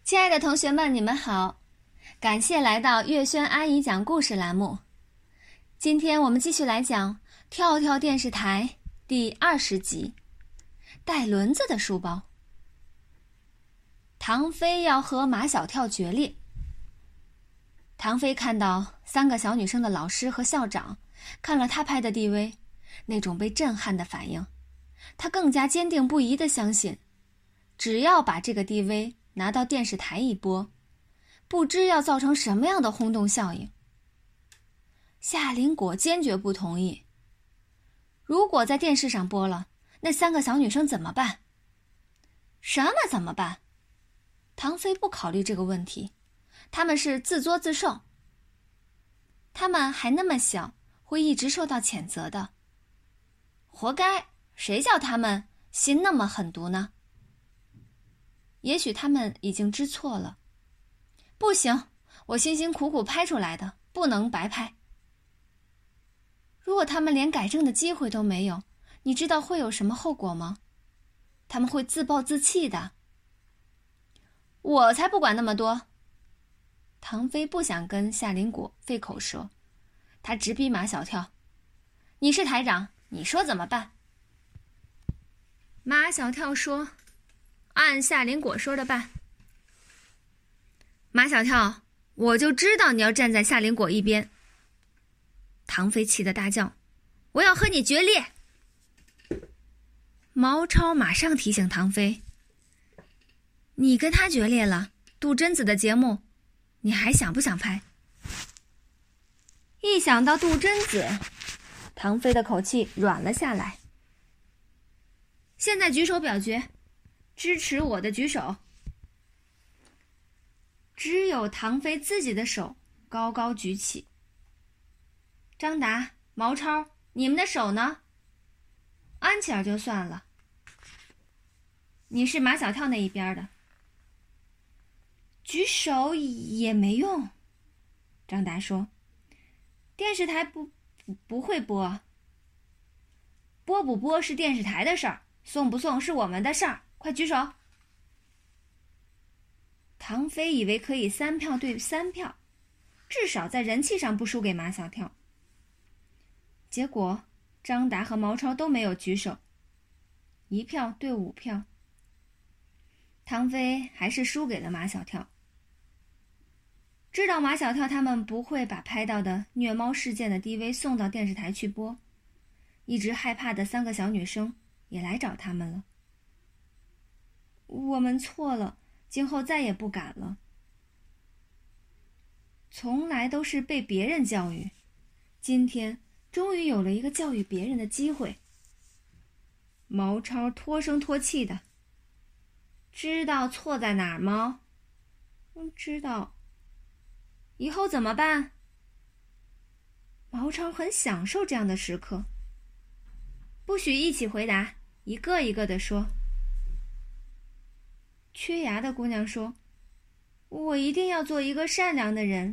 亲爱的同学们，你们好，感谢来到月轩阿姨讲故事栏目。今天我们继续来讲《跳跳电视台》第20集，带轮子的书包。唐飞要和马小跳决裂。唐飞看到3个小女生的老师和校长看了他拍的 DV， 那种被震撼的反应，他更加坚定不移地相信，只要把这个 DV 拿到电视台一播，不知要造成什么样的轰动效应。夏林果坚决不同意。如果在电视上播了，那3个小女生怎么办？什么怎么办？唐飞不考虑这个问题，他们是自作自受。他们还那么小，会一直受到谴责的。活该，谁叫他们心那么狠毒呢？也许他们已经知错了。不行，我辛辛苦苦拍出来的，不能白拍。如果他们连改正的机会都没有，你知道会有什么后果吗？他们会自暴自弃的。我才不管那么多。唐飞不想跟夏林果费口舌，他直逼马小跳：你是台长，你说怎么办？马小跳说：按夏林果说的办。马小跳，我就知道你要站在夏林果一边。唐飞气得大叫：我要和你决裂！毛超马上提醒唐飞：你跟他决裂了，杜真子的节目你还想不想拍？一想到杜真子，唐飞的口气软了下来。现在举手表决，支持我的举手。只有唐飞自己的手高高举起。张达、毛超，你们的手呢？安琪儿就算了，你是马小跳那一边的，举手也没用。张达说：电视台不会播，播不播是电视台的事儿，送不送是我们的事儿，快举手。唐飞以为可以3票对3票，至少在人气上不输给马小跳。结果张达和毛超都没有举手，1票对5票。唐飞还是输给了马小跳。知道马小跳他们不会把拍到的虐猫事件的 DV 送到电视台去播，一直害怕的3个小女生也来找他们了。我们错了，今后再也不敢了。从来都是被别人教育，今天终于有了一个教育别人的机会。毛超拖声拖气的：知道错在哪儿吗？知道。以后怎么办？毛超很享受这样的时刻。不许一起回答，一个一个地说。缺牙的姑娘说：我一定要做一个善良的人。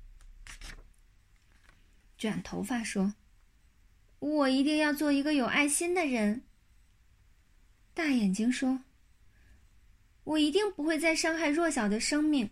卷头发说：我一定要做一个有爱心的人。大眼睛说：我一定不会再伤害弱小的生命。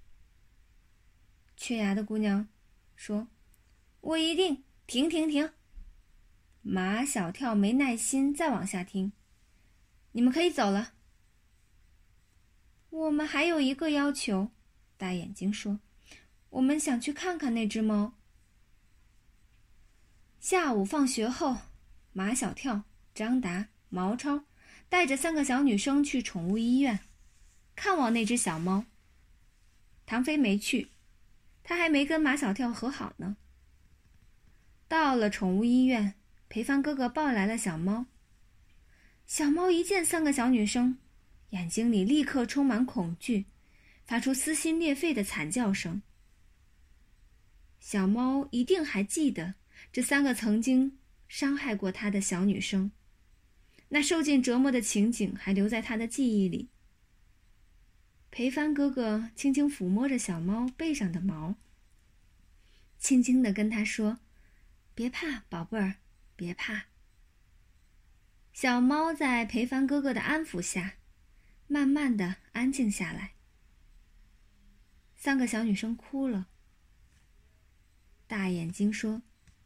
缺牙的姑娘说：我一定……停！马小跳没耐心再往下听，你们可以走了。我们还有一个要求，大眼睛说：我们想去看看那只猫。下午放学后，马小跳、张达、毛超带着3个小女生去宠物医院看望那只小猫。唐飞没去，他还没跟马小跳和好呢。到了宠物医院，裴帆哥哥抱来了小猫。小猫一见3个小女生，眼睛里立刻充满恐惧，发出撕心裂肺的惨叫声。小猫一定还记得这3个曾经伤害过它的小女生，那受尽折磨的情景还留在它的记忆里。裴帆哥哥轻轻抚摸着小猫背上的毛，轻轻地跟它说：别怕，宝贝儿，别怕。小猫在裴帆哥哥的安抚下，慢慢地安静下来。 3个小女生哭了。大眼睛说：“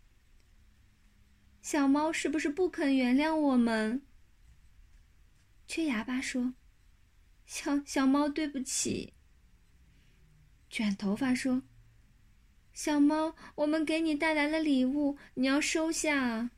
小猫是不是不肯原谅我们？”缺牙巴说：“小猫对不起。”卷头发说：“小猫，我们给你带来了礼物，你要收下啊。”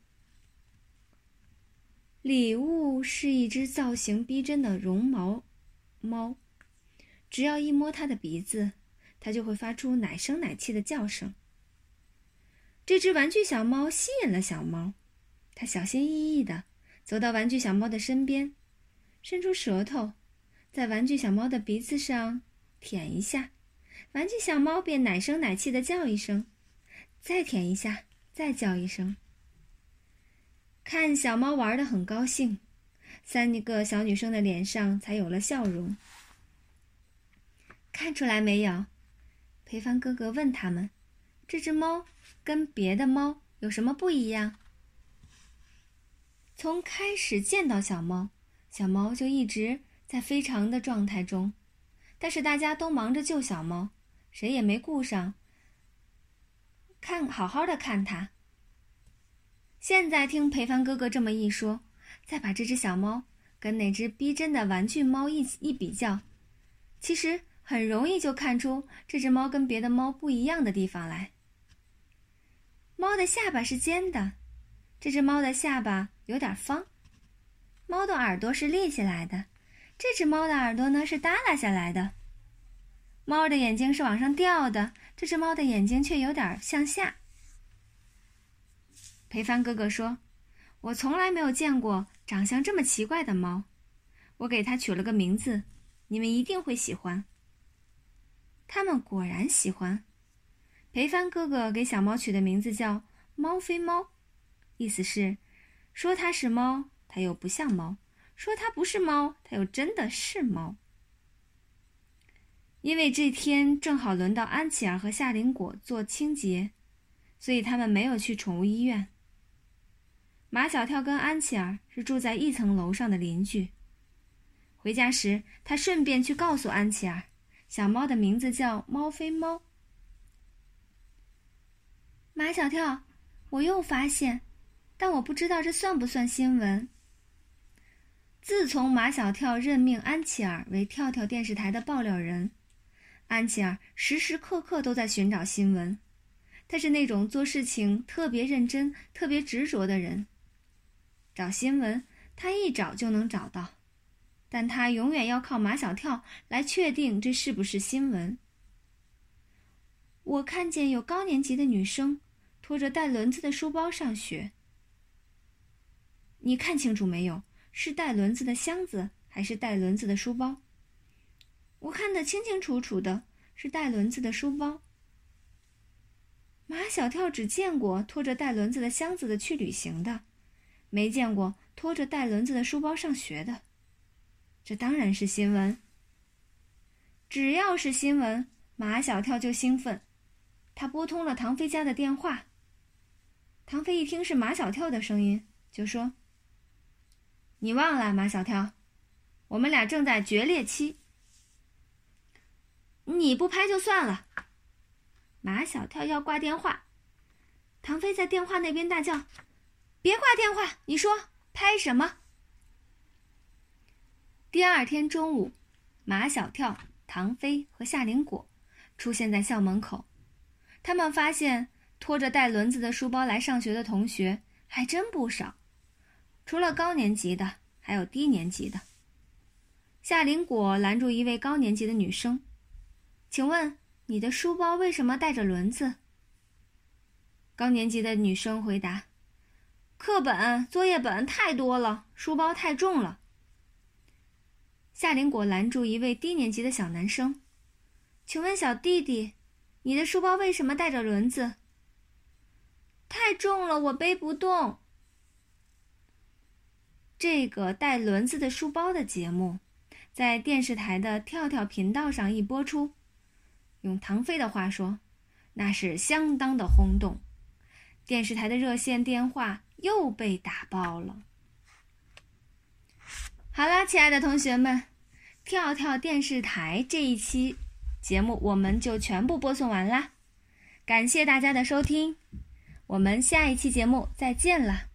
礼物是一只造型逼真的绒毛猫，只要一摸它的鼻子，它就会发出奶声奶气的叫声。这只玩具小猫吸引了小猫，它小心翼翼地走到玩具小猫的身边，伸出舌头，在玩具小猫的鼻子上舔一下，玩具小猫便奶声奶气地叫一声，再舔一下，再叫一声。看小猫玩得很高兴，3个小女生的脸上才有了笑容。看出来没有？裴帆哥哥问他们，这只猫跟别的猫有什么不一样？从开始见到小猫，小猫就一直在非常的状态中，但是大家都忙着救小猫，谁也没顾上好好的看它。现在听裴帆哥哥这么一说，再把这只小猫跟那只逼真的玩具猫一比较，其实很容易就看出这只猫跟别的猫不一样的地方来。猫的下巴是尖的，这只猫的下巴有点方。猫的耳朵是立起来的，这只猫的耳朵呢是耷拉下来的。猫的眼睛是往上掉的，这只猫的眼睛却有点向下。裴帆哥哥说：“我从来没有见过长相这么奇怪的猫，我给它取了个名字，你们一定会喜欢。”他们果然喜欢。裴帆哥哥给小猫取的名字叫猫非猫，意思是说它是猫，它又不像猫；说它不是猫，它又真的是猫。因为这天正好轮到安琪儿和夏林果做清洁，所以他们没有去宠物医院。马小跳跟安琪儿是住在1层楼上的邻居。回家时，他顺便去告诉安琪儿，小猫的名字叫猫非猫。马小跳，我又发现，但我不知道这算不算新闻。自从马小跳任命安琪儿为跳跳电视台的爆料人，安琪儿时时刻刻都在寻找新闻。他是那种做事情特别认真、特别执着的人。找新闻，他一找就能找到，但他永远要靠马小跳来确定这是不是新闻。我看见有高年级的女生拖着带轮子的书包上学。你看清楚没有？是带轮子的箱子还是带轮子的书包？我看得清清楚楚的，是带轮子的书包。马小跳只见过拖着带轮子的箱子的去旅行的，没见过拖着带轮子的书包上学的。这当然是新闻。只要是新闻，马小跳就兴奋。他拨通了唐飞家的电话。唐飞一听是马小跳的声音，就说：“你忘了，马小跳，我们俩正在决裂期。你不拍就算了。”马小跳要挂电话，唐飞在电话那边大叫：“别挂电话，你说拍什么？”第二天中午，马小跳、唐飞和夏林果出现在校门口。他们发现拖着带轮子的书包来上学的同学还真不少，除了高年级的，还有低年级的。夏林果拦住一位高年级的女生：“请问你的书包为什么带着轮子？”高年级的女生回答：“课本、作业本太多了，书包太重了。”夏林果拦住一位低年级的小男生：“请问小弟弟，你的书包为什么带着轮子？”“太重了，我背不动。”这个带轮子的书包的节目，在电视台的跳跳频道上一播出，用唐飞的话说，那是相当的轰动。电视台的热线电话又被打爆了。好啦，亲爱的同学们，跳跳电视台这一期节目我们就全部播送完啦。感谢大家的收听，我们下一期节目再见了。